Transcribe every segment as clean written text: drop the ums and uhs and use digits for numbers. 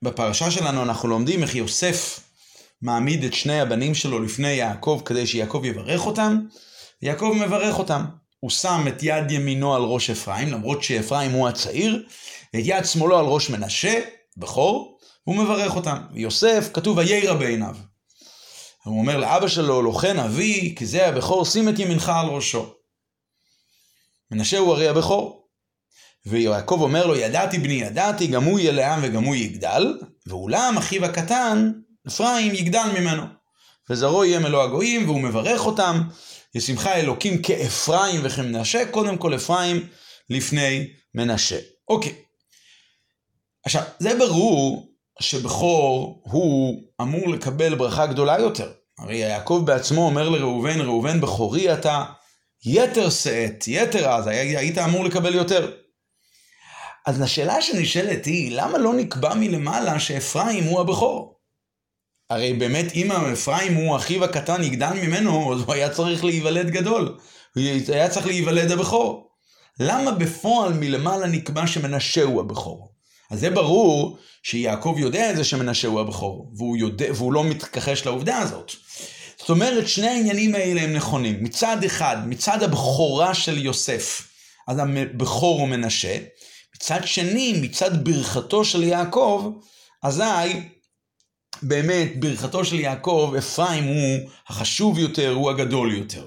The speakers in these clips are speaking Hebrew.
בפרשה שלנו אנחנו לומדים איך יוסף מעמיד את שני הבנים שלו לפני יעקב כדי שיעקב יברך אותם. יעקב מברך אותם. הוא שם את יד ימינו על ראש אפרים, למרות שאפרים הוא הצעיר, ואת יד שמאלו על ראש מנשה, בכור, הוא מברך אותם. יוסף כתוב וירא בעיניו. הוא אומר לאבא שלו, לא כן אבי, כי זה הבכור, שים את ימינך על ראשו. מנשה הוא הרי הבכור. ויעקב אומר לו, ידעתי בני ידעתי, גם הוא יהיה לעם וגם הוא יגדל, ואולם אחיו הקטן, אפרים, יגדל ממנו. וזרעו יהיה מלוא הגויים, והוא מברך אותם, ישמך אלוקים כאפרים וכמנשה, קודם כל אפרים לפני מנשה. אוקיי. עכשיו, זה ברור שבכור הוא אמור לקבל ברכה גדולה יותר. הרי יעקב בעצמו אומר לראובן, ראובן בכורי אתה יתר שאת, יתר אז, היית אמור לקבל יותר. אז השאלה שנשאלת היא, למה לא נקבע מלמעלה שאפרים הוא הבכור? הרי באמת אם אפרים הוא אחיו הקטן יגדל ממנו, אז הוא היה צריך להיוולד גדול. הוא היה צריך להיוולד הבכור. למה בפועל מלמעלה נקבע שמנשה הוא הבכור? אז זה ברור שיעקב יודע את זה שמנשה הוא הבכור, והוא לא מתכחש לעובדה הזאת. זאת אומרת, שני העניינים האלה הם נכונים. מצד אחד, מצד הבכורה של יוסף, אז הבכור הוא מנשה. מצד שני, מצד ברכתו של יעקב, אזי באמת ברכתו של יעקב, אפרים הוא החשוב יותר, הוא הגדול יותר.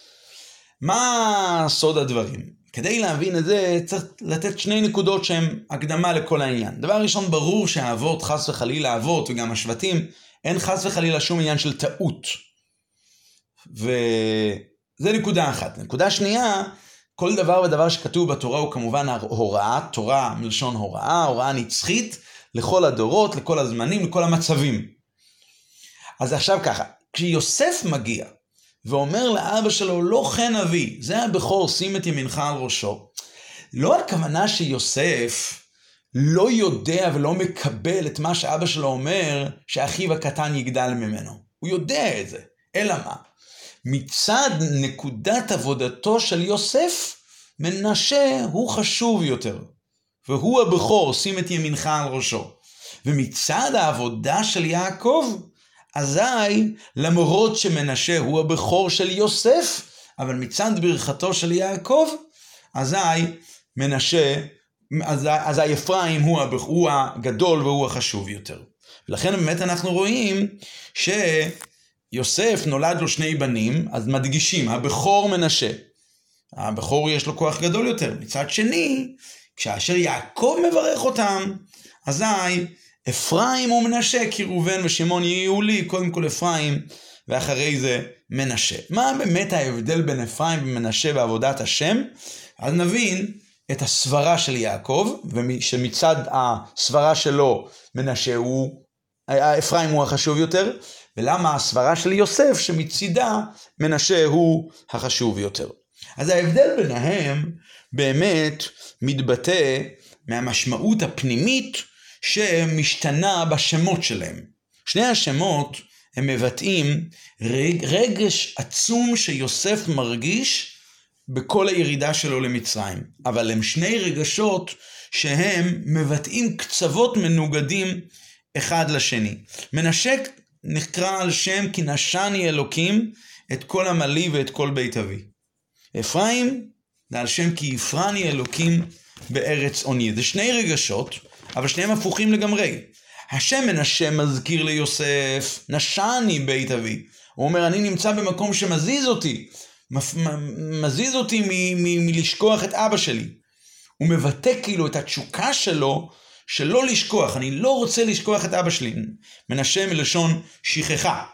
מה סוד הדברים? כדי להבין את זה צריך לתת שני נקודות שהן הקדמה לכל העניין. דבר ראשון, ברור שהאבות, חס וחלילה האבות וגם השבטים, אין חס וחלילה שום עניין של טעות. וזה נקודה אחת. נקודה שנייה, כל דבר ודבר שכתוב בתורה הוא כמובן הוראה, תורה מלשון הוראה, הוראה נצחית לכל הדורות, לכל הזמנים, לכל המצבים. אז עכשיו ככה, כשיוסף מגיע ואומר לאבא שלו, לא כן אבי, זה הבכור, שים את ימינך על ראשו. לא הכוונה שיוסף לא יודע ולא מקבל את מה שאבא שלו אומר, שאחיו הקטן יגדל ממנו. הוא יודע את זה. אלא מה? מצד נקודת עבודתו של יוסף, מנשה הוא חשוב יותר. והוא הבכור, שים את ימינך על ראשו. ומצד העבודה של יעקב, אזי למרות שמנשה הוא הבכור של יוסף, אבל מצד ברכתו של יעקב, אזי מנשה, אזי אפרים הוא הגדול והוא החשוב יותר. ולכן באמת אנחנו רואים שיוסף נולד לו שני בנים, אז מדגישים, הבכור מנשה. הבכור יש לו כוח גדול יותר. מצד שני, כשאשר יעקב מברך אותם, אזי אפרים ומנשה, כי ראובן ושמעון יהיו לי, קודם כל אפרים, ואחרי זה מנשה. מה באמת ההבדל בין אפרים ומנשה בעבודת השם? אז נבין את הסברה של יעקב, שמצד הסברה שלו מנשה אפרים הוא החשוב יותר, ולמה הסברה של יוסף שמצידה מנשה הוא החשוב יותר. אז ההבדל ביניהם באמת מתבטא מהמשמעות הפנימית שמשתנה בשמות שלהם. שני השמות הם מבטאים רגש עצום שיוסף מרגיש בכל הירידה שלו למצרים. אבל הם שני רגשות שהם מבטאים קצוות מנוגדים אחד לשני. מנשה נקרא על שם כי נשני אלוקים את כל עמלי ואת כל בית אבי. אפרים זה על שם כי יפרני אלוקים בארץ עוני. זה שני רגשות, אבל שניהם הפוכים לגמרי. השם מנשה מזכיר ליוסף, נשני בית אבי. הוא אומר, אני נמצא במקום שמזיז אותי, מזיז אותי מלשכוח את אבא שלי. הוא מבטא כאילו את התשוקה שלו, שלא לשכוח, אני לא רוצה לשכוח את אבא שלי. מנשה מלשון שכחה.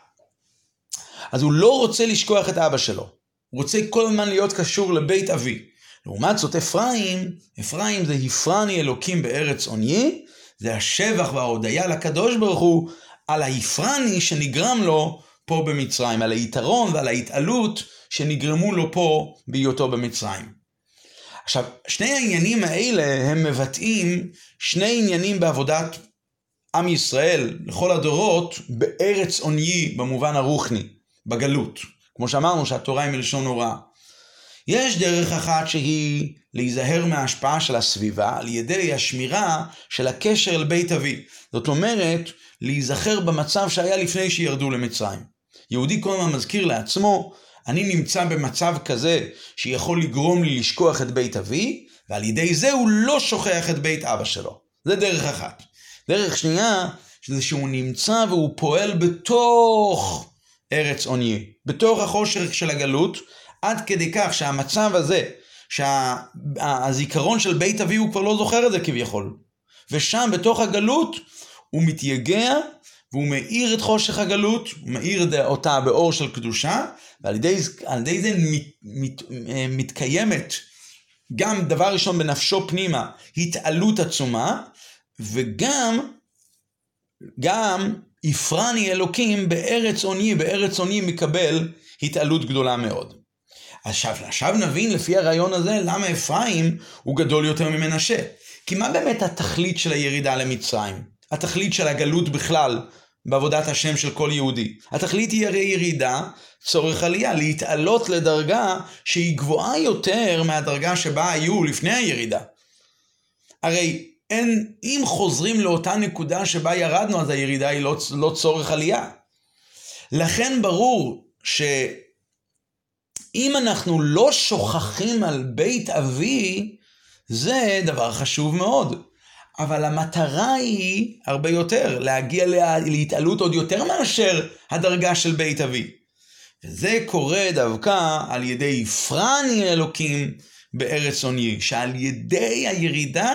אז הוא לא רוצה לשכוח את אבא שלו. הוא רוצה כל הזמן להיות קשור לבית אבי. לעומת זאת אפרים זה יפרני אלוקים בארץ עוני, זה השבח וההודיה לקדוש ברוך הוא על היפרני שנגרם לו פה במצרים, על היתרון ועל ההתעלות שנגרמו לו פה בהיותו במצרים. עכשיו, שני העניינים האלה הם מבטאים שני עניינים בעבודת עם ישראל לכל הדורות בארץ עוני במובן הרוחני, בגלות. כמו שאמרנו שהתורה היא מלשון הוראה. יש דרך אחת שהיא להיזהר מההשפעה של הסביבה על ידי השמירה של הקשר לבית אבי. זאת אומרת, להיזכר במצב שהיה לפני שירדו למצרים. יהודי כל הזמן מזכיר לעצמו, אני נמצא במצב כזה שיכול לגרום לי לשכוח את בית אבי, ועל ידי זה הוא לא שוכח את בית אבא שלו. זה דרך אחת. דרך שנייה, שזה שהוא נמצא והוא פועל בתוך ארץ עוני, בתוך החושך של הגלות, עד כדי כך שהמצב הזה, שהזיכרון של בית אבי הוא כבר לא זוכר את זה כביכול. ושם בתוך הגלות הוא מתייגע, והוא מאיר את חושך הגלות, הוא מאיר אותה באור של קדושה, ועל ידי זה מתקיימת גם דבר ראשון בנפשו פנימה, התעלות עצומה, וגם יפרני אלוקים בארץ עוני מקבל התעלות גדולה מאוד. עכשיו נבין לפי הרעיון הזה למה אפרים הוא גדול יותר ממנשה. כי מה באמת התכלית של הירידה למצרים? התכלית של הגלות בכלל בעבודת השם של כל יהודי. התכלית היא הרי ירידה, צורך עלייה, להתעלות לדרגה שהיא גבוהה יותר מהדרגה שבה היו לפני הירידה. הרי אם חוזרים לאותה נקודה שבה ירדנו, אז הירידה היא לא צורך עלייה. לכן ברור שאם אנחנו לא שוכחים על בית אבי, זה דבר חשוב מאוד. אבל המטרה היא הרבה יותר, להגיע להתעלות עוד יותר מאשר הדרגה של בית אבי. וזה קורה דווקא על ידי יפרני אלוקים בארץ עוני, שעל ידי הירידה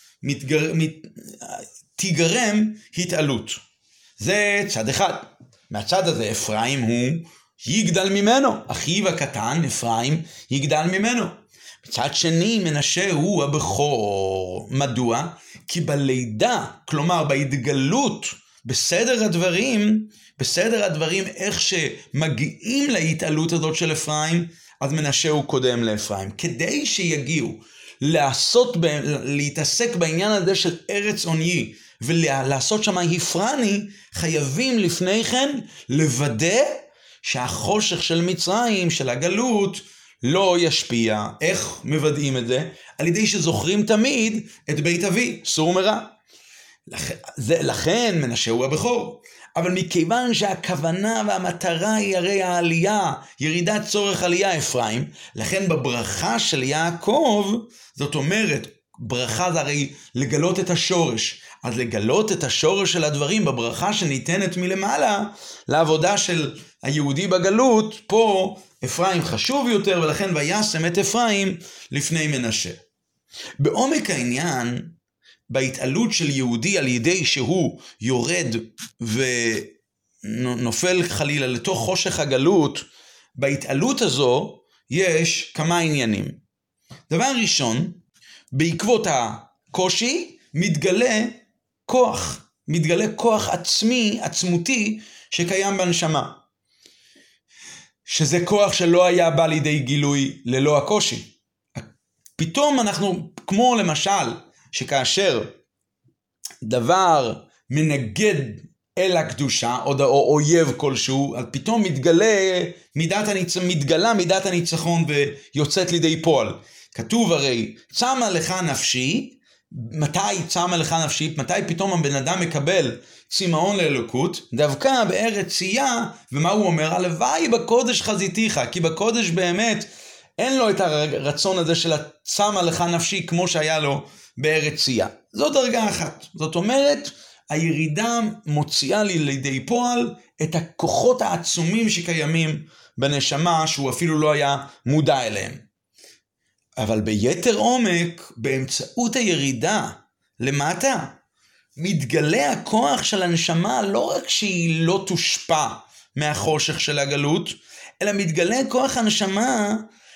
תיגרם התעלות. זה צד אחד. מהצד הזה אפרים הוא יגדל ממנו. אחיו הקטן אפרים יגדל ממנו. מצד שני מנשה הוא הבכור. מדוע? כי בלידה, כלומר בהתגלות, בסדר הדברים איך שמגיעים להתעלות הזאת של אפרים, אז מנשה הוא קודם לאפרים. כדי שיגיעו להתעסק בעניין הזה של ארץ עוני, ולעשות שם יפרני, חייבים לפני כן לוודא שהחושך של מצרים, של הגלות, לא ישפיע. איך מוודאים את זה? על ידי שזוכרים תמיד את בית אבי, סור מרע. לכן מנשה הוא הבכור. אבל מכיוון שהכוונה והמטרה היא הרי העלייה, ירידת צורך עלייה אפרים, לכן בברכה של יעקב, זאת אומרת, ברכה זה הרי לגלות את השורש. אז לגלות את השורש של הדברים בברכה שניתנת מלמעלה, לעבודה של היהודי בגלות, פה אפרים חשוב יותר, ולכן וישם את אפרים לפני מנשה. בעומק העניין, בהתעלות של יהודי על ידי שהוא יורד ונופל חלילה לתוך חושך הגלות, בהתעלות הזו יש כמה עניינים. דבר ראשון, בעקבות הקושי מתגלה כוח עצמותי שקיים בנשמה. שזה כוח שלא היה בא לידי גילוי ללא הקושי. פתאום אנחנו, כמו למשל, שכאשר דבר מנגד אל הקדושה, או אויב כלשהו, אז פתאום מתגלה מידת הניצחון ויוצאת לידי פועל. כתוב הרי, צמה לך נפשי, מתי צמה לך נפשי? מתי פתאום הבן אדם מקבל צמאון לאלוקות? דווקא בארץ צייה, ומה הוא אומר? הלוואי בקודש חזיתיך, כי בקודש באמת אין לו את הרצון הזה של צמה לך נפשי כמו שהיה לו בארץ צייה. זו דרגה אחת. זאת אומרת, הירידה מוציאה לי לידי פועל את הכוחות העצומים שקיימים בנשמה, שהוא אפילו לא היה מודע אליהם. אבל ביתר עומק, באמצעות הירידה למטה, מתגלה הכוח של הנשמה, לא רק שהיא לא תושפע מהחושך של הגלות, אלא מתגלה כוח הנשמה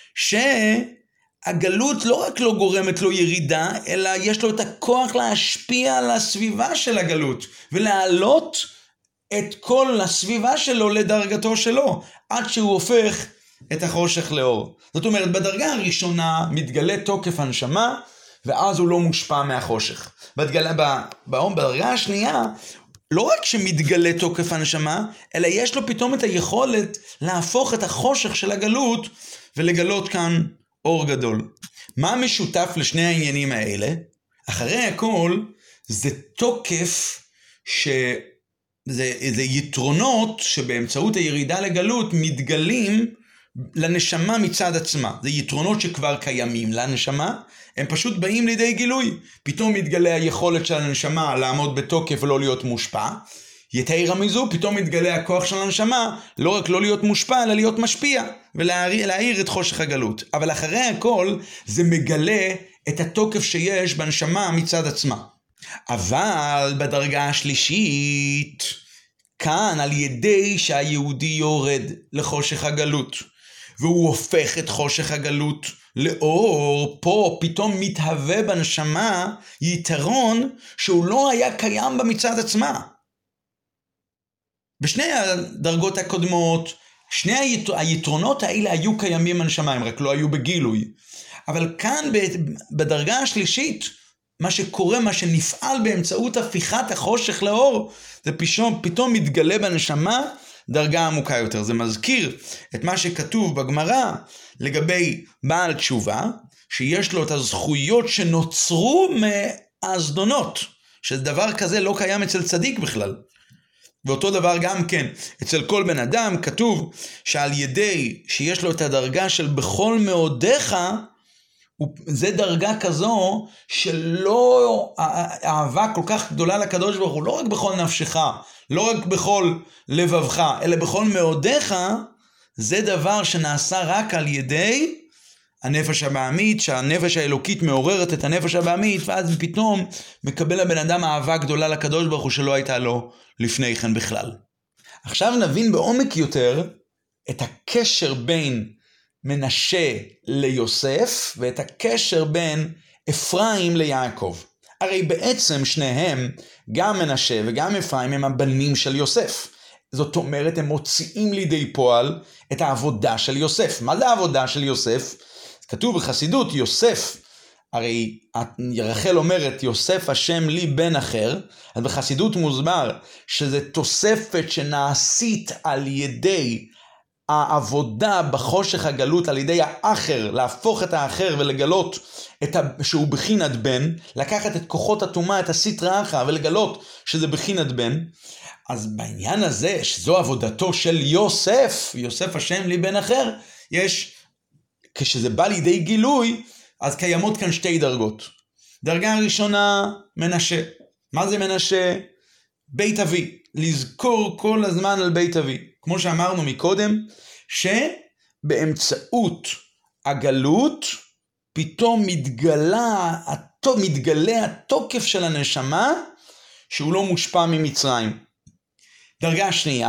שהגלות לא רק לא גורמת לו ירידה, אלא יש לו את הכוח להשפיע על הסביבה של הגלות, ולהעלות את כל הסביבה שלו לדרגתו שלו, עד שהוא הופך את החושך לאור. זאת אומרת, בדרגה הראשונה מתגלה תוקף הנשמה, ואז הוא לא מושפע מהחושך. בדרגה השנייה, לא רק שמתגלה תוקף הנשמה, אלא יש לו פתאום את היכולת להפוך את החושך של הגלות, ולגלות כאן אור גדול. מה משותף לשני העניינים האלה? אחרי הכל, זה תוקף זה יתרונות שבאמצעות הירידה לגלות מתגלים לנשמה מצד עצמה. זה יתרונות שכבר קיימים לנשמה, הם פשוט באים לידי גילוי. פתאום מתגלה היכולת של הנשמה לעמוד בתוקף ולא להיות מושפע. יתרה מזו, פתאום מתגלה הכוח של הנשמה, לא רק לא להיות מושפע, אלא להיות משפיע, ולהאיר את חושך הגלות. אבל אחרי הכל, זה מגלה את התוקף שיש בנשמה מצד עצמה. אבל בדרגה השלישית, כאן על ידי שהיהודי יורד לחושך הגלות, והוא הופך את חושך הגלות לאור, פה פתאום מתהווה בנשמה יתרון שהוא לא היה קיים במצד עצמה. בשני הדרגות הקודמות, שני היתרונות האלה היו קיימים בנשמה, הם רק לא היו בגילוי. אבל כאן בדרגה השלישית, מה שקורה, מה שנפעל באמצעות הפיכת החושך לאור, זה פתאום מתגלה בנשמה דרגה עמוקה יותר. זה מזכיר את מה שכתוב בגמרא לגבי בעל תשובה, שיש לו את הזכויות שנוצרו מהזדונות, שדבר כזה לא קיים אצל צדיק בכלל. ואותו דבר גם כן, אצל כל בן אדם כתוב שעל ידי שיש לו את הדרגה של בכל מאודיך, זה דרגה כזו שלא אהבה כל כך גדולה לקדוש ברוך הוא, לא רק בכל נפשך, לא רק בכל לבבך, אלא בכל מאודיך, זה דבר שנעשה רק על ידי הנפש הבעמית, שהנפש האלוקית מעוררת את הנפש הבעמית, ואז פתאום מקבל הבן אדם אהבה גדולה לקדוש ברוך הוא שלא הייתה לו לפני כן בכלל. עכשיו נבין בעומק יותר את הקשר בין מנשה ליוסף, ואת הקשר בין אפרים ליעקב. הרי בעצם שניהם, גם מנשה וגם אפרים, הם הבנים של יוסף. זאת אומרת, הם מוציאים לידי פועל את העבודה של יוסף. מה זה העבודה של יוסף? כתוב בחסידות, יוסף, הרי רחל אומרת, יוסף השם לי בן אחר, אז בחסידות מוסבר שזה תוספת שנעשית על ידי העבודה בחושך הגלות, על ידי האחר, להפוך את האחר ולגלות שהוא בחינת בן, לקחת את כוחות הטומאה, את הסטרא אחרא, ולגלות שזה בחינת בן. אז בעניין הזה, שזו עבודתו של יוסף, יוסף השם לי בן אחר, כשזה בא לידי גילוי, אז קיימות כאן שתי דרגות. דרגה הראשונה, מנשה. מה זה מנשה? בית אבי. לזכור כל הזמן על בית אבי. כמו שאמרנו מקודם, שבאמצעות הגלות, פתאום מתגלה התוקף של הנשמה, שהוא לא מושפע ממצרים. דרגה שנייה,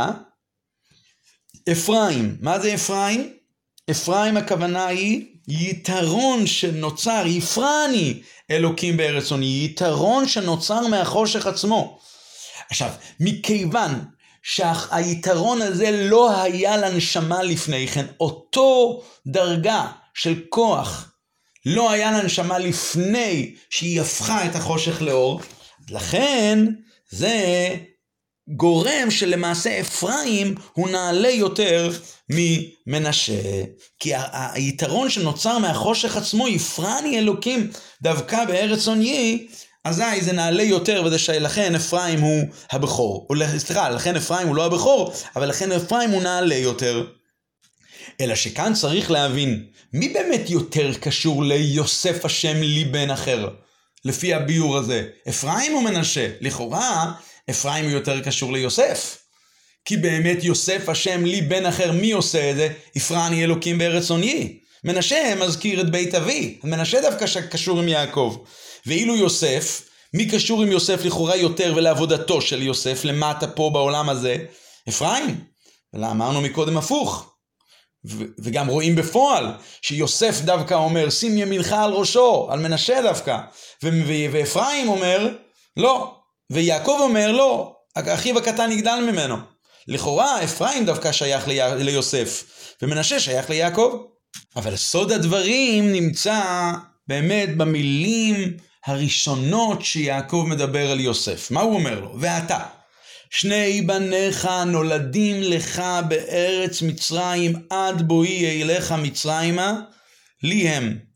אפרים. מה זה אפרים? אפרים הכוונה היא יתרון שנוצר, יפרני אלוקים בארץ עוני, יתרון שנוצר מהחושך עצמו. עכשיו, מכיוון שהיתרון הזה לא היה לנשמה לפני כן, אותו דרגה של כוח לא היה לנשמה לפני שהיא הפכה את החושך לאור, לכן זה גורם שלמעשה אפרים הוא נעלה יותר ממנשה, כי היתרון שנוצר מהחושך עצמו יפרני אלוקים דווקא בארץ עוני, אזי זה נעלה יותר, וזה שלכן אפרים הוא הבכור, לכן אפרים הוא לא הבכור, אבל לכן אפרים הוא נעלה יותר. אלא שכאן צריך להבין, מי באמת יותר קשור ליוסף השם לי בן אחר? לפי הביור הזה, אפרים או מנשה? לכאורה, אפרים הוא יותר קשור ליוסף. כי באמת יוסף השם לי בן אחר, מי עושה את זה? יפרני אלוקים בארץ עוני. מנשה מזכיר את בית אבי, מנשה דווקא קשור עם יעקב. ואילו יוסף, מי קשור עם יוסף לכאורה יותר ולעבודתו של יוסף למטה פה בעולם הזה? אפרים. אמרנו מקודם הפוך. וגם רואים בפועל שיוסף דווקא אומר שים ימינך על ראשו, על מנשה דווקא, ואפרים אומר לא, ויעקב אומר לא, אחיו הקטן יגדל ממנו. לכאורה אפרים דווקא שייך ליוסף, ומנשה שייך ליעקב. אבל סוד הדברים נמצא באמת במילים הראשונות שיעקב מדבר על יוסף. מה הוא אומר לו? ואתה, שני בניך נולדים לך בארץ מצרים עד בואי אליך מצרימה, לי הם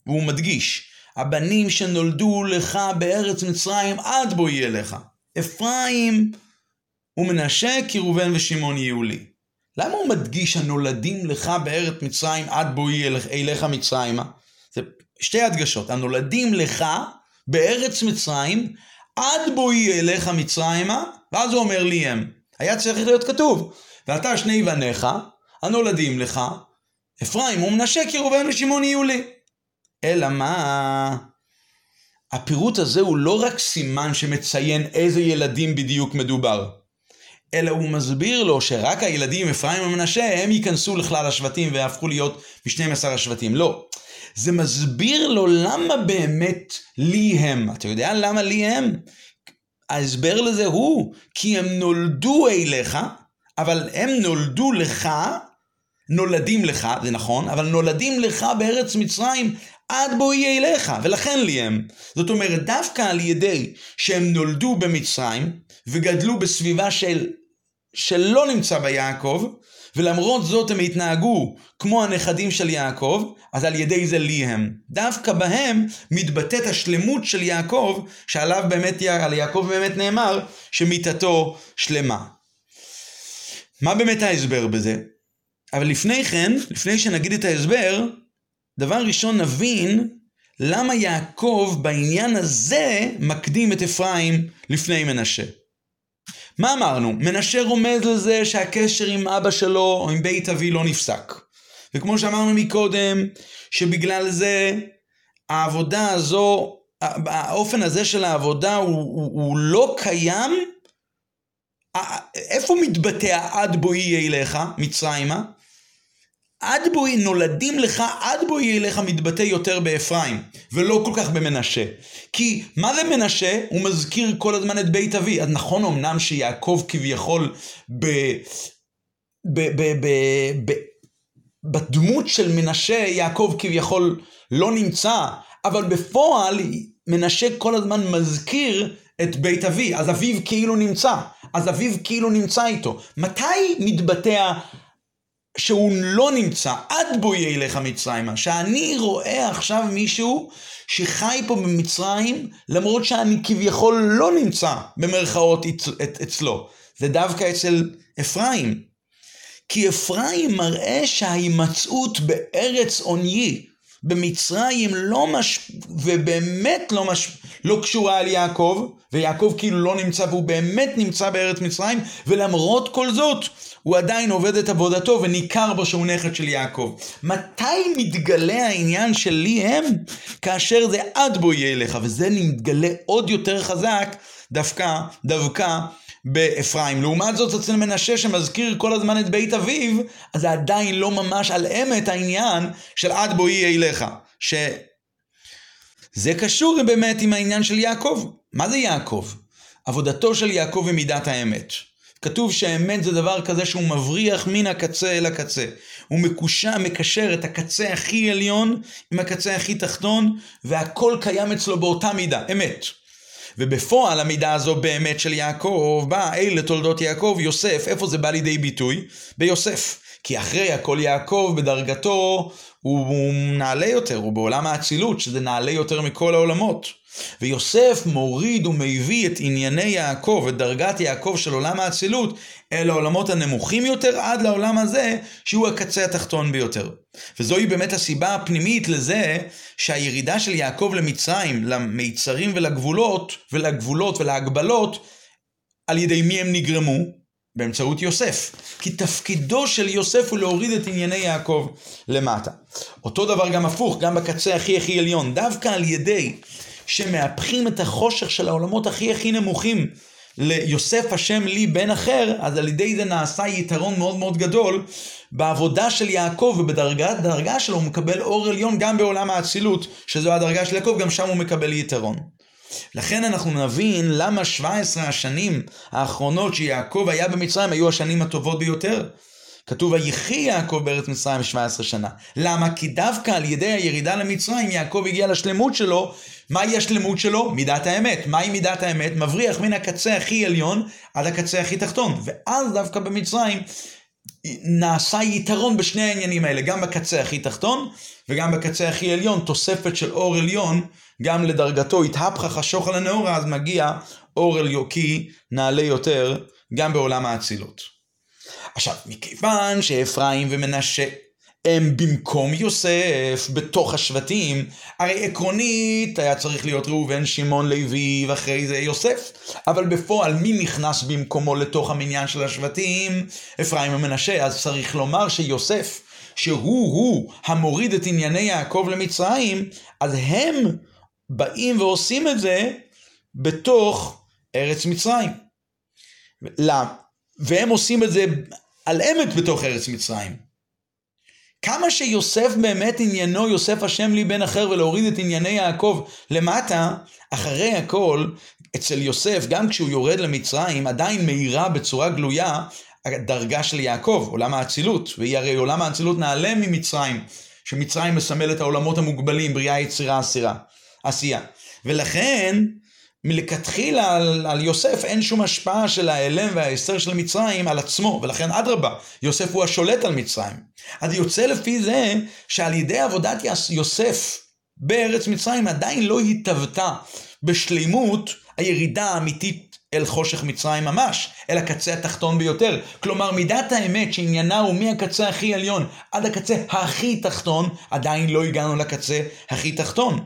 והוא מדגיש, הבנים שנולדו לך בארץ מצרים עד בוא יהיה לך. אפרים ומנשה כי ראובן ושמעון יהיו לי. למה הוא מדגיש הנולדים לך בארץ מצרים עד בוא יהיה אליך מצרימה? זה שתי הדגשות, הנולדים לך בארץ מצרים עד בוא יהיה אליך מצרימה, ואז הוא אומר לי הם. היה צריך להיות כתוב, ואתה שני בניך הנולדים לך, אפרים ומנשה כי ראובן ושמעון יהיו לי. אלא מה? הפירוט הזה הוא לא רק סימן שמציין איזה ילדים בדיוק מדובר, אלא הוא מסביר לו שרק הילדים אפרים ומנשה הם ייכנסו לכלל השבטים והפכו להיות מ-12 השבטים. לא. זה מסביר לו למה באמת לי הם. אתה יודע למה לי הם? ההסבר לזה הוא כי הם נולדו אליך, אבל הם נולדו לך, נולדים לך, זה נכון, אבל נולדים לך בארץ מצרים עד בוא יהיה אליך, ולכן לי הם. זאת אומרת, דווקא על ידי שהם נולדו במצרים וגדלו בסביבה שלא נמצא ביעקב, ולמרות זאת הם התנהגו כמו הנכדים של יעקב, אז על ידי זה לי הם. דווקא בהם מתבטאת השלמות של יעקב, שעליו באמת, על יעקב באמת נאמר שמיתתו שלמה. מה באמת ההסבר בזה? אבל לפני כן, לפני שנגיד את ההסבר, דבר ראשון נבין למה יעקב בעניין הזה מקדים את אפרים לפני מנשה. מה אמרנו? מנשה רומז לזה שהקשר עם אבא שלו או עם בית אבי לא נפסק. וכמו שאמרנו מקודם, שבגלל זה העבודה הזו, האופן הזה של העבודה הוא לא קיים. איפה מתבטא עד בוא יהיה אליך מצרימה? עד בוא נולדים לך, עד בוא יהיה אליך מתבטא יותר באפרים, ולא כל כך במנשה. כי מה זה מנשה? הוא מזכיר כל הזמן את בית אבי. אז נכון אמנם שיעקב כביכול בדמות של מנשה, יעקב כביכול לא נמצא, אבל בפועל מנשה כל הזמן מזכיר את בית אבי, אז אביו כאילו נמצא איתו. מתי מתבטא שהוא לא נמצא עד בוא יהיה אליך מצרימה? שאני רואה עכשיו מישהו שחי פה במצרים, למרות שאני כביכול לא נמצא במרכאות אצלו. זה דווקא אצל אפרים. כי אפרים מראה שההימצאות בארץ עוני, במצרים ובאמת לא קשורה על יעקב, ויעקב כאילו לא נמצא והוא באמת נמצא בארץ מצרים, ולמרות כל זאת הוא עדיין עובד את עבודתו וניכר בו שהוא נכד של יעקב. מתי מתגלה העניין של לי הם? כאשר זה עד בוא יהיה אליך, וזה מתגלה עוד יותר חזק דווקא באפרים. לעומת זאת אצל מנשה שמזכיר כל הזמן את בית אביו, אז זה עדיין לא ממש על אמת העניין של עד בוא יהיה אליך. שזה קשור באמת עם העניין של יעקב. מה זה יעקב? עבודתו של יעקב היא מידת האמת. כתוב שהאמת זה דבר כזה שהוא מבריח מן הקצה אל הקצה. הוא מקשר את הקצה הכי עליון עם הקצה הכי תחתון, והכל קיים אצלו באותה מידה, אמת. ובפועל המידה הזו באמת של יעקב באה אלה תולדות יעקב, יוסף. איפה זה בא לידי ביטוי? ביוסף. כי אחרי הכל יעקב בדרגתו הוא נעלה יותר, הוא בעולם האצילות, שזה נעלה יותר מכל העולמות. ויוסף מוריד ומביא את ענייני יעקב, את דרגת יעקב של עולם האצילות, אל העולמות הנמוכים יותר, עד לעולם הזה, שהוא הקצה התחתון ביותר. וזוהי באמת הסיבה הפנימית לזה, שהירידה של יעקב למצרים, למיצרים ולגבולות ולהגבלות, על ידי מי הם נגרמו? באמצעות יוסף. כי תפקידו של יוסף הוא להוריד את ענייני יעקב למטה. אותו דבר גם הפוך, גם בקצה הכי עליון, דווקא על ידי שמהפכים את החושך של העולמות הכי נמוכים ליוסף השם לי בן אחר, אז על ידי זה נעשה יתרון מאוד מאוד גדול בעבודה של יעקב, ובדרגה שלו הוא מקבל אור עליון גם בעולם האצילות, שזו הדרגה של יעקב, גם שם הוא מקבל יתרון. לכן אנחנו נבין למה 17 השנים האחרונות שיעקב היה במצרים היו השנים הטובות ביותר. כתוב ויחי יעקב בארץ מצרים 17 שנה. למה? כי דווקא על ידי הירידה למצרים יעקב הגיע לשלמות שלו. מהי השלמות שלו? מידת האמת. מהי מידת האמת? מבריח מן הקצה הכי עליון עד הקצה הכי תחתון. ואז דווקא במצרים נעשה יתרון בשני העניינים האלה, גם בקצה הכי תחתון וגם בקצה הכי עליון, תוספת של אור עליון, גם לדרגתו התהפכה חשוך על הנאורה, אז מגיע אור אלוקי נעלה יותר גם בעולם האצילות. עכשיו, מכיוון שאפרים ומנשה הם במקום יוסף בתוך השבטים, הרי עקרונית היה צריך להיות ראובן, שמעון, לוי ואחרי זה יוסף, אבל בפועל מי נכנס במקומו לתוך המניין של השבטים? אפרים ומנשה. אז צריך לומר שיוסף, שהוא המוריד את ענייני יעקב למצרים, אז הם באים ועושים את זה בתוך ארץ מצרים. והם עושים את זה על אמת בתוך ארץ מצרים. כמה שיוסף באמת עניינו יוסף השם לי בן אחר ולהוריד את ענייני יעקב למטה, אחרי הכל אצל יוסף גם כשהוא יורד למצרים עדיין מאירה בצורה גלויה הדרגה של יעקב, עולם האצילות, והיא הרי עולם האצילות נעלה ממצרים, שמצרים מסמל את העולמות המוגבלים, בריאה, יצירה, עשייה. ולכן מלכתחילה על יוסף אין שום השפעה של ההלם וההסתר של מצרים על עצמו, ולכן אדרבה, יוסף הוא השולט על מצרים. אז יוצא לפי זה שעל ידי עבודת יוסף בארץ מצרים עדיין לא התהוותה בשלימות הירידה האמיתית אל חושך מצרים ממש, אל הקצה התחתון ביותר. כלומר מידת האמת שעניינה הוא מהקצה הכי עליון עד הקצה הכי תחתון, עדיין לא הגענו לקצה הכי תחתון.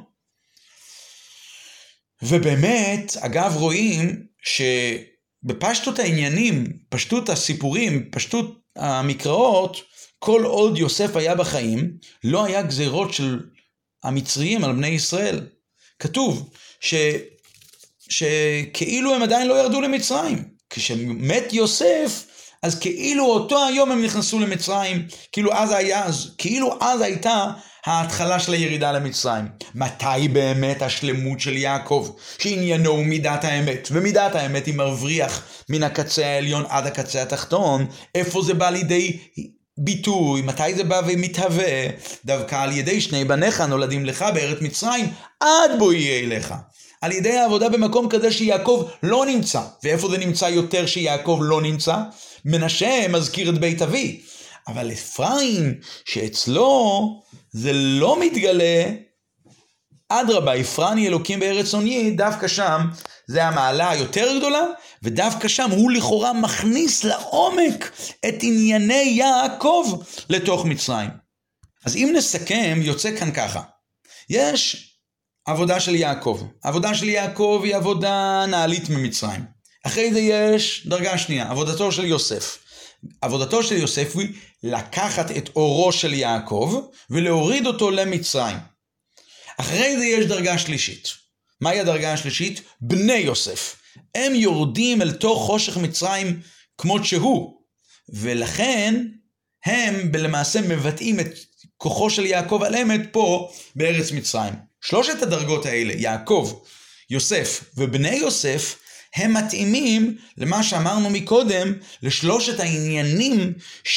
ובאמת, אגב, רואים שבפשטות העניינים, פשטות הסיפורים, פשטות המקראות, כל עוד יוסף היה בחיים, לא היה גזירות של המצריים על בני ישראל. כתוב שכאילו הם עדיין לא ירדו למצרים. כשמת יוסף, אז כאילו אותו היום הם נכנסו למצרים, כאילו אז הייתה ההתחלה של הירידה למצרים. מתי באמת השלמות של יעקב, שעניינו הוא מידת האמת, ומידת האמת היא מבריח מן הקצה העליון עד הקצה התחתון? איפה זה בא לידי ביטוי? מתי זה בא ומתהווה? דווקא על ידי שני בניך נולדים לך בארץ מצרים, עד בו יהיה אליך. על ידי העבודה במקום כזה שיעקב לא נמצא. ואיפה זה נמצא יותר שיעקב לא נמצא? מנשה מזכיר את בית אבי. אבל אפרים שאצלו זה לא מתגלה, אדרבה, אפרני אלוקים בארץ עוני, דווקא שם זה המעלה היותר גדולה, ודווקא שם הוא לכאורה מכניס לעומק את ענייני יעקב לתוך מצרים. אז אם נסכם, יוצא כאן ככה. יש עבודה של יעקב. עבודה של יעקב היא עבודה נעלית ממצרים. אחרי זה יש דרגה שנייה, עבודתו של יוסף. עבודתו של יוסף היא לקחת את אורו של יעקב ולהוריד אותו למצרים. אחרי זה יש דרגה שלישית. מהי הדרגה השלישית? בני יוסף. הם יורדים אל תוך חושך מצרים כמות שהוא. ולכן הם למעשה מבטאים את כוחו של יעקב על אמת פה בארץ מצרים. שלושת הדרגות האלה, יעקב, יוסף ובני יוסף, הם מתאימים למה שאמרנו מקודם, לשלושת העניינים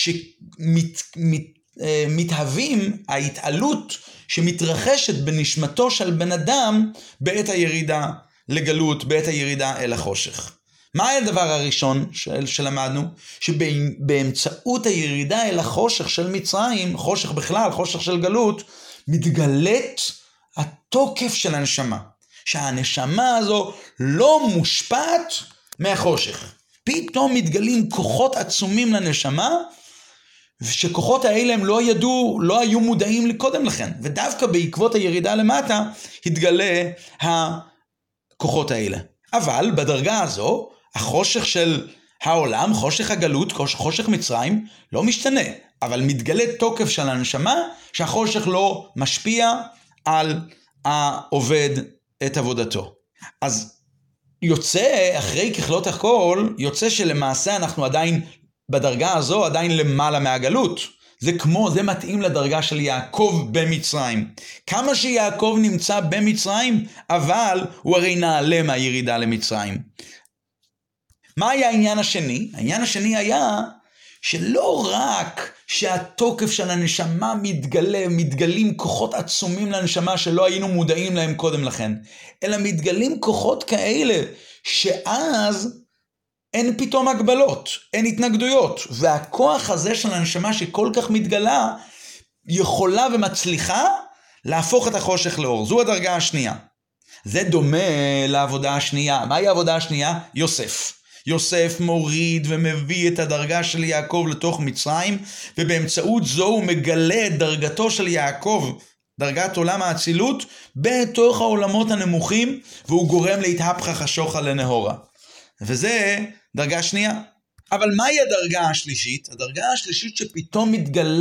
שמתהווים, ההתעלות שמתרחשת בנשמתו של בן אדם בעת הירידה לגלות, בעת הירידה אל החושך. מה הדבר הראשון שלמדנו? שבאמצעות הירידה אל החושך של מצרים, חושך בכלל, חושך של גלות, מתגלית התוקף של הנשמה. שהנשמה הזו לא מושפעת מהחושך. פתאום מתגלים כוחות עצומים לנשמה, ושכוחות האלה הם לא היו מודעים לקודם לכן. ודווקא בעקבות הירידה למטה, התגלה הכוחות האלה. אבל בדרגה הזו, החושך של העולם, חושך הגלות, חושך מצרים, לא משתנה. אבל מתגלה תוקף של הנשמה, שהחושך לא משפיע על העובד את עבודתו. אז יוצא, אחרי ככלות הכל, יוצא שלמעשה אנחנו עדיין, בדרגה הזו, עדיין למעלה מהגלות. זה מתאים לדרגה של יעקב במצרים. כמה שיעקב נמצא במצרים, אבל הוא הרי נעלה מהירידה למצרים. מה היה העניין השני? העניין השני היה שלא רק שהתוקף של הנשמה מתגלים כוחות עצומים לנשמה שלא היינו מודעים להם קודם לכן, אלא מתגלים כוחות כאלה שאז אין פתאום הגבלות, אין התנגדויות, והכוח הזה של הנשמה שכל כך מתגלה, יכולה ומצליחה להפוך את החושך לאור. זו הדרגה השנייה. זה דומה לעבודה השנייה. מהי העבודה השנייה? יוסף. יוסף מוריד ומביא את הדרגה של יעקב לתוך מצרים, ובאמצעות זו הוא מגלה את דרגתו של יעקב, דרגת עולם האצילות, בתוך העולמות הנמוכים, והוא גורם להתהפכה חשוכה לנהורה. וזה דרגה שנייה. אבל מהי הדרגה השלישית? הדרגה השלישית שפתאום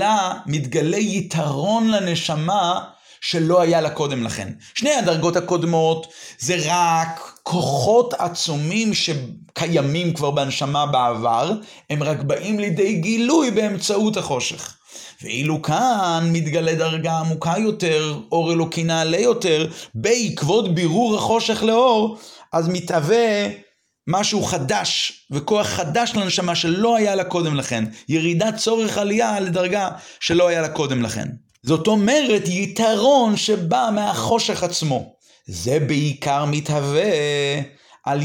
מתגלה יתרון לנשמה שלא היה לה קודם לכן. שני הדרגות הקודמות זה רק כוחות עצומים שקיימים כבר בנשמה בעבר, הם רק באים לידי גילוי באמצעות החושך. ואילו כאן מתגלה דרגה עמוקה יותר, אור אלוקי נעלה יותר, בעקבות בירור החושך לאור, אז מתהווה משהו חדש וכוח חדש לנשמה שלא היה לה קודם לכן. ירידת צורך עלייה לדרגה שלא היה לה קודם לכן. זאת אומרת יתרון שבא מהחושך עצמו. זה בעיקר מתהווה על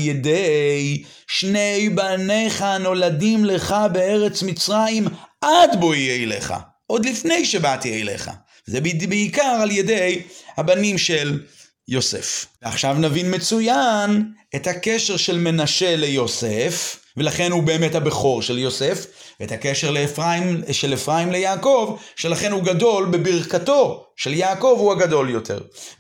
ידי שני בניך נולדים לך בארץ מצרים עד בואי אליך. עוד לפני שבאתי אליך. זה בעיקר על ידי הבנים של יוסף. ועכשיו נבין מצוין את הקשר של מנשה ליוסף, ולכן הוא באמת הבכור של יוסף, ואת הקשר של אפרים ליעקב, שלכן הוא גדול בברכתו של יעקב הוא הגדול יותר.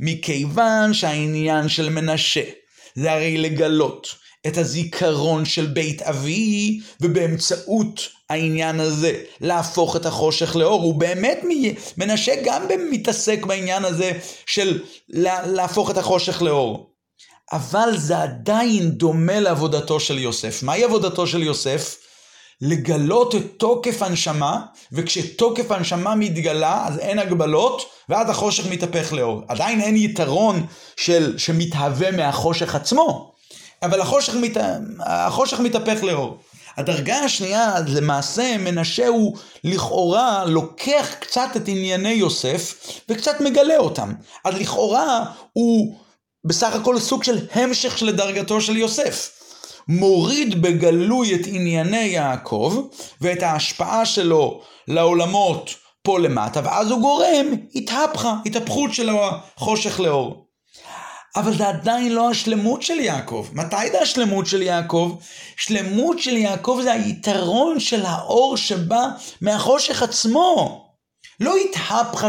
מכיוון שהעניין של מנשה זה הרי לגלות את הזיכרון של בית אבי, ובאמצעות העניין הזה להפוך את החושך לאור. הוא באמת מנשה גם מתעסק בעניין הזה של להפוך את החושך לאור. אבל זה עדיין דומה לעבודתו של יוסף. מהי עבודתו של יוסף? לגלות את תוקף הנשמה, וכשתוקף הנשמה מתגלה אז אין הגבלות, ואז החושך מתהפך לאור. עדיין אין יתרון שמתהווה מהחושך עצמו, אבל החושך מתהפך לאור. הדרגה השנייה, למעשה מנשה הוא לכאורה לוקח קצת את ענייני יוסף וקצת מגלה אותם. אז לכאורה הוא בסך הכל סוג של המשך של דרגתו של יוסף. מוריד בגלוי את ענייני יעקב ואת ההשפעה שלו לעולמות פה למטה, ואז הוא גורם התהפכות של החושך לאור. אבל זה עדיין לא השלמות של יעקב. מתי זה השלמות של יעקב? שלמות של יעקב זה היתרון של האור שבא מהחושך עצמו. לא התהפכה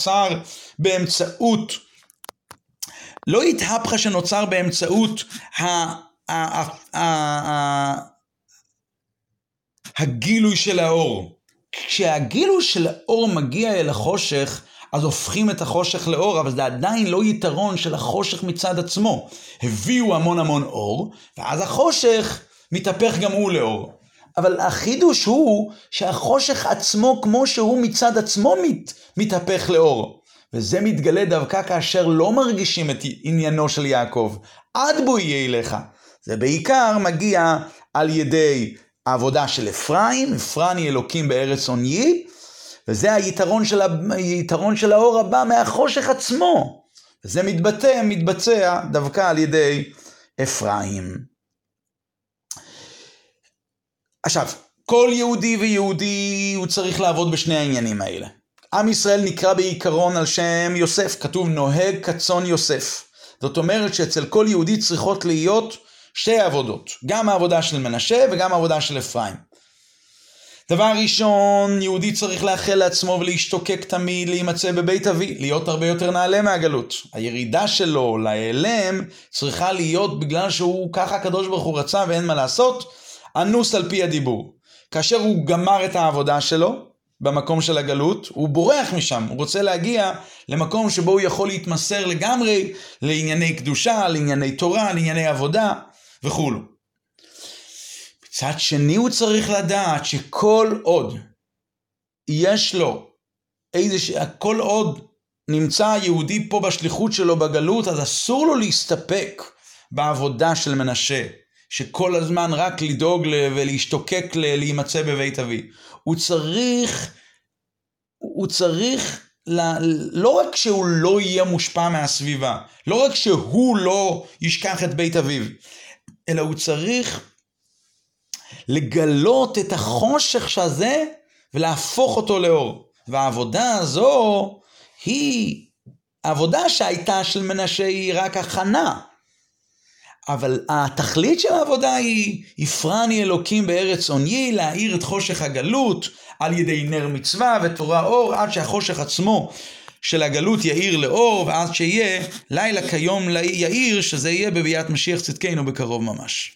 שנוצר באמצעות הגילוי של האור. כשהגילוי של האור מגיע אל החושך, אז הופכים את החושך לאור, אבל זה עדיין לא יתרון של החושך מצד עצמו. הביאו המון אור, ואז החושך מתהפך גם הוא לאור. אבל החידוש הוא שהחושך עצמו, כמו שהוא מצד עצמו מתהפך לאור. וזה מתגלה דווקא כאשר לא מרגישים את עניינו של יעקב. עד בו יהיה אליך. זה בעיקר מגיע על ידי העבודה של אפרים, אפרני אלוקים בארץ עוניי, וזה היתרון של האור הבא מהחושך עצמו. וזה מתבצע דווקא על ידי אפרים. עכשיו, כל יהודי ויהודי הוא צריך לעבוד בשני העניינים האלה. עם ישראל נקרא בעיקרון על שם יוסף, כתוב נוהג כצאן יוסף. זאת אומרת שאצל כל יהודי צריכות להיות שתי עבודות, גם העבודה של מנשה וגם העבודה של אפרים. דבר ראשון, יהודי צריך לאחל לעצמו ולהשתוקק תמיד להימצא בבית אבי, להיות הרבה יותר נעלה מהגלות. הירידה שלו להיעלם צריכה להיות בגלל שהוא ככה הקדוש ברוך הוא רצה ואין מה לעשות, אנוס על פי הדיבור. כאשר הוא גמר את העבודה שלו במקום של הגלות, הוא בורח משם, הוא רוצה להגיע למקום שבו הוא יכול להתמסר לגמרי לענייני קדושה, לענייני תורה, לענייני עבודה וכו'. מצד שני הוא צריך לדעת שכל עוד יש לו כל עוד נמצא יהודי פה בשליחות שלו בגלות, אז אסור לו להסתפק בעבודה של מנשה, שכל הזמן רק לדאוג ולהשתוקק להימצא בבית אבי. הוא צריך לא רק שהוא לא יהיה מושפע מהסביבה, לא רק שהוא לא ישכח את בית אביו, אלא הוא צריך לגלות את החושך הזה ולהפוך אותו לאור. והעבודה הזו היא העבודה שהייתה של מנשה, היא רק הכנה. אבל התכלית של העבודה היא, יפרני אלוקים בארץ עוניי, להאיר את חושך הגלות על ידי נר מצווה ותורה אור, עד שהחושך עצמו של הגלות יאיר לאור, ועד שיהיה לילה כיום יאיר, שזה יהיה בביאת משיח צדקנו בקרוב ממש.